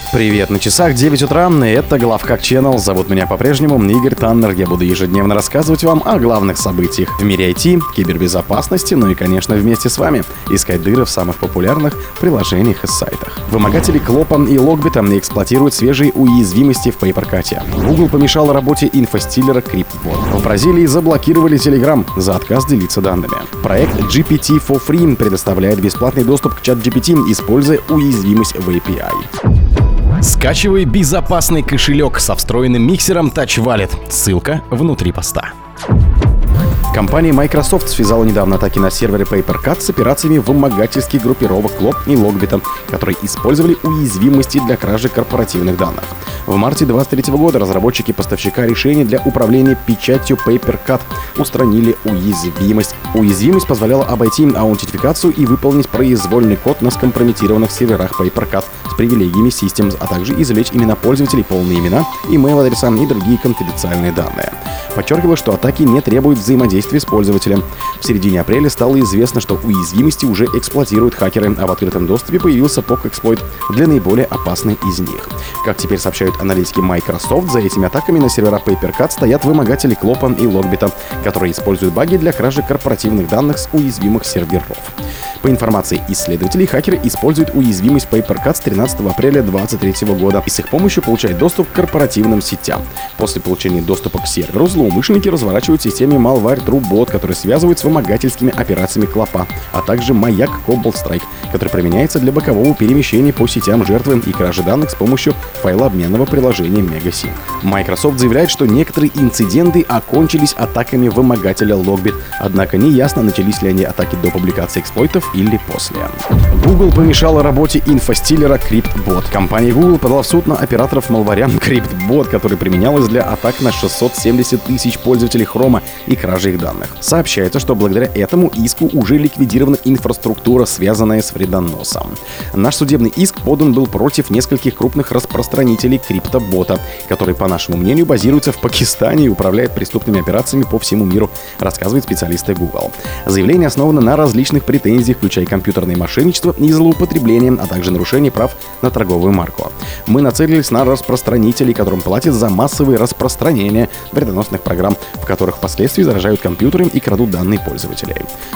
Привет, на часах 9 утра, это Главхак Channel, зовут меня по-прежнему Игорь Таннер. Я буду ежедневно рассказывать вам о главных событиях в мире IT, кибербезопасности, ну и, конечно, вместе с вами искать дыры в самых популярных приложениях и сайтах. Вымогатели Клопа и Логбита эксплуатируют свежие уязвимости в PaperCut. Google помешал работе инфостиллера CryptBot. В Бразилии заблокировали Telegram за отказ делиться данными. Проект GPT for Free предоставляет бесплатный доступ к ChatGPT, используя уязвимость в API. Скачивай безопасный кошелек со встроенным миксером Touch Wallet. Ссылка внутри поста. Компания Microsoft связала недавно атаки на сервере PaperCut с операциями вымогательских группировок Клоп и Логбита, которые использовали уязвимости для кражи корпоративных данных. В марте 2023 года разработчики поставщика решений для управления печатью PaperCut устранили уязвимость. Уязвимость позволяла обойти аутентификацию и выполнить произвольный код на скомпрометированных серверах PaperCut с привилегиями Systems, а также извлечь имена пользователей, полные имена, email-адреса и другие конфиденциальные данные. Подчеркивалось, что атаки не требуют взаимодействия с пользователем. В середине апреля стало известно, что уязвимости уже эксплуатируют хакеры, а в открытом доступе появился POC-эксплойт для наиболее опасной из них. Как теперь сообщают аналитики Microsoft, за этими атаками на сервера PaperCut стоят вымогатели Клопа и Логбита, которые используют баги для кражи корпоративных данных с уязвимых серверов. По информации исследователей, хакеры используют уязвимость PaperCut с 13 апреля 2023 года и с их помощью получают доступ к корпоративным сетям. После получения доступа к серверу злоумышленники разворачивают в системе Malware TrueBot, который связывает с вымогательскими операциями Клопа, а также маяк Cobalt Strike, который применяется для бокового перемещения по сетям жертвы и кражи данных с помощью файлообменного приложения MegaSync. Microsoft заявляет, что некоторые инциденты окончились атаками вымогателя Logbit, однако неясно, начались ли они атаки до публикации эксплойтов или после. Google помешала работе инфостиллера CryptBot. Компания Google подала в суд на операторов малваря CryptBot, который применялась для атак на 670 тысяч пользователей Chrome и кражи их данных. Сообщается, что благодаря этому иску уже ликвидирована инфраструктура, связанная с вредоносом. Наш судебный иск подан был против нескольких крупных распространителей CryptBot, которые, по нашему мнению, базируются в Пакистане и управляют преступными операциями по всему миру, рассказывают специалисты Google. Заявление основано на различных претензиях, включая компьютерное мошенничество и злоупотребление, а также нарушение прав на торговую марку. Мы нацелились на распространителей, которым платят за массовые распространения вредоносных программ, в которых впоследствии заражают компьютеры и крадут данные пользователей.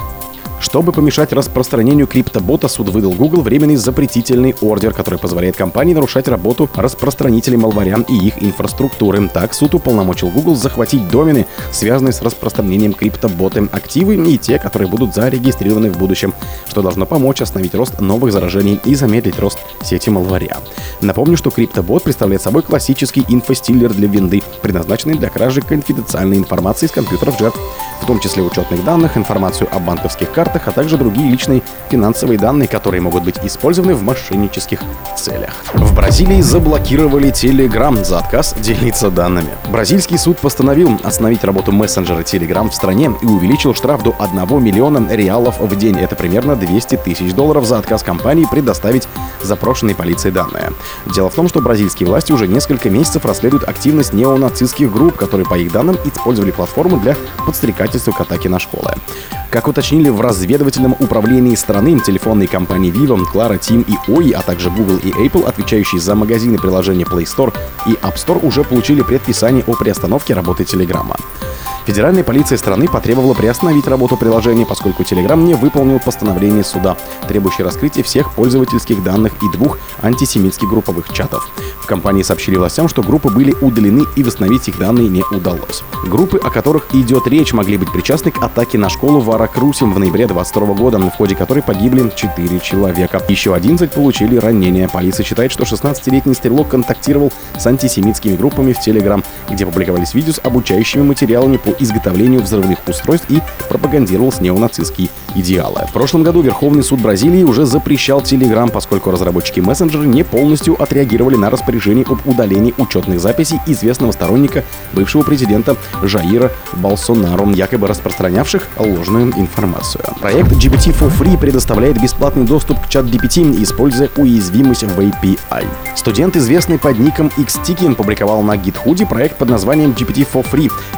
Чтобы помешать распространению CryptBot, суд выдал Google временный запретительный ордер, который позволяет компании нарушать работу распространителей малваря и их инфраструктуры. Так, суд уполномочил Google захватить домены, связанные с распространением CryptBot, активы и те, которые будут зарегистрированы в будущем, что должно помочь остановить рост новых заражений и замедлить рост сети малваря. Напомню, что CryptBot представляет собой классический инфостиллер для винды, предназначенный для кражи конфиденциальной информации с компьютеров жертв, в том числе учетных данных, информацию о банковских картах, а также другие личные финансовые данные, которые могут быть использованы в мошеннических целях. В Бразилии заблокировали Telegram за отказ делиться данными. Бразильский суд постановил остановить работу мессенджера Telegram в стране и увеличил штраф до 1 миллиона реалов в день. Это примерно $200 тысяч за отказ компании предоставить запрошенной полицией данные. Дело в том, что бразильские власти уже несколько месяцев расследуют активность неонацистских групп, которые, по их данным, использовали платформу для подстрекательства к атаке на школы. Как уточнили в разведывательном управлении страны, телефонные компании Vivo, Claro, TIM и Oi, а также Google и Apple, отвечающие за магазины приложения Play Store и App Store, уже получили предписание о приостановке работы Телеграма. Федеральная полиция страны потребовала приостановить работу приложения, поскольку Telegram не выполнил постановление суда, требующее раскрытия всех пользовательских данных и 2 антисемитских групповых чатов. В компании сообщили властям, что группы были удалены и восстановить их данные не удалось. Группы, о которых идет речь, могли быть причастны к атаке на школу в Аракрусе в ноябре 2022 года, в ходе которой погибли 4 человека. Еще 11 получили ранения. Полиция считает, что 16-летний стрелок контактировал с антисемитскими группами в Telegram, где публиковались видео с обучающими материалами по изготовлению взрывных устройств и пропагандировал неонацистские идеалы. В прошлом году Верховный суд Бразилии уже запрещал Telegram, поскольку разработчики мессенджера не полностью отреагировали на распоряжение об удалении учетных записей известного сторонника бывшего президента Жаира Болсонару, якобы распространявших ложную информацию. Проект GPT for Free предоставляет бесплатный доступ к ChatGPT, используя уязвимость в API. Студент, известный под ником XTiki, публиковал на GitHub проект под названием GPT for Free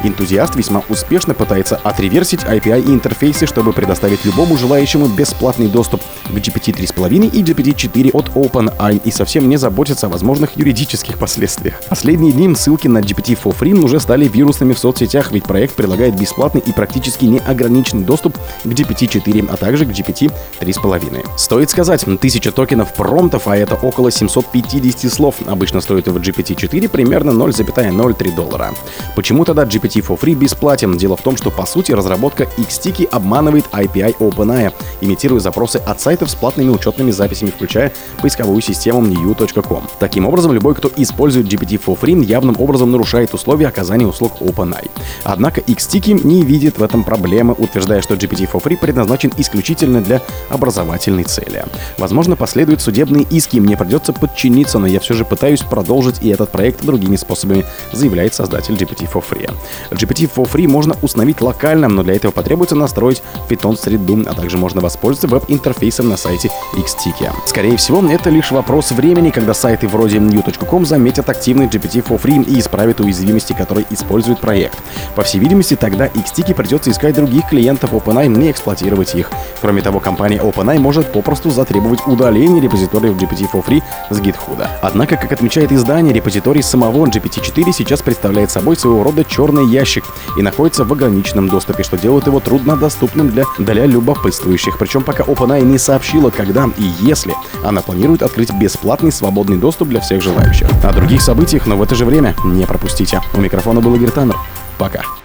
Энтузиаст весьма успешно пытается отреверсить API и интерфейсы, чтобы предоставить любому желающему бесплатный доступ к GPT 3.5 и GPT 4 от OpenAI и совсем не заботится о возможных юридических последствиях. Последние дни ссылки на GPT for Free уже стали вирусными в соцсетях, ведь проект предлагает бесплатный и практически неограниченный доступ к GPT 4, а также к GPT 3.5. Стоит сказать, 1000 токенов промптов, а это около 750 слов, обычно стоит в GPT 4 примерно $0,03. Почему тогда GPT for Free бесплатен? Дело в том, что по сути разработка Xtiki обманывает API OpenAI, имитируя запросы от сайтов с платными учетными записями, включая поисковую систему new.com. Таким образом, любой, кто использует GPT for Free, явным образом нарушает условия оказания услуг OpenAI. Однако Xtiki не видит в этом проблемы, утверждая, что GPT for Free предназначен исключительно для образовательной цели. Возможно, последуют судебные иски, мне придется подчиниться, но я все же пытаюсь продолжить и этот проект другими способами, заявляет создатель GPT for Free. GPT for Free можно установить локально, но для этого потребуется настроить Python среду, а также можно воспользоваться веб-интерфейсом на сайте Xtiki. Скорее всего, это лишь вопрос времени, когда сайты вроде new.com заметят активный GPT for Free и исправят уязвимости, которые использует проект. По всей видимости, тогда Xtiki придется искать других клиентов OpenAI, не эксплуатировать их. Кроме того, компания OpenAI может попросту затребовать удаление репозиториев GPT for Free с GitHub. Однако, как отмечает издание, репозиторий самого GPT-4 сейчас представляет собой своего рода черный ящик и находится в ограниченном доступе, что делает его труднодоступным для любопытствующих. Причем пока OpenAI не сообщила, когда и если она планирует открыть бесплатный свободный доступ для всех желающих. О других событиях, но в это же время не пропустите. У микрофона был Игорь Таннер. Пока.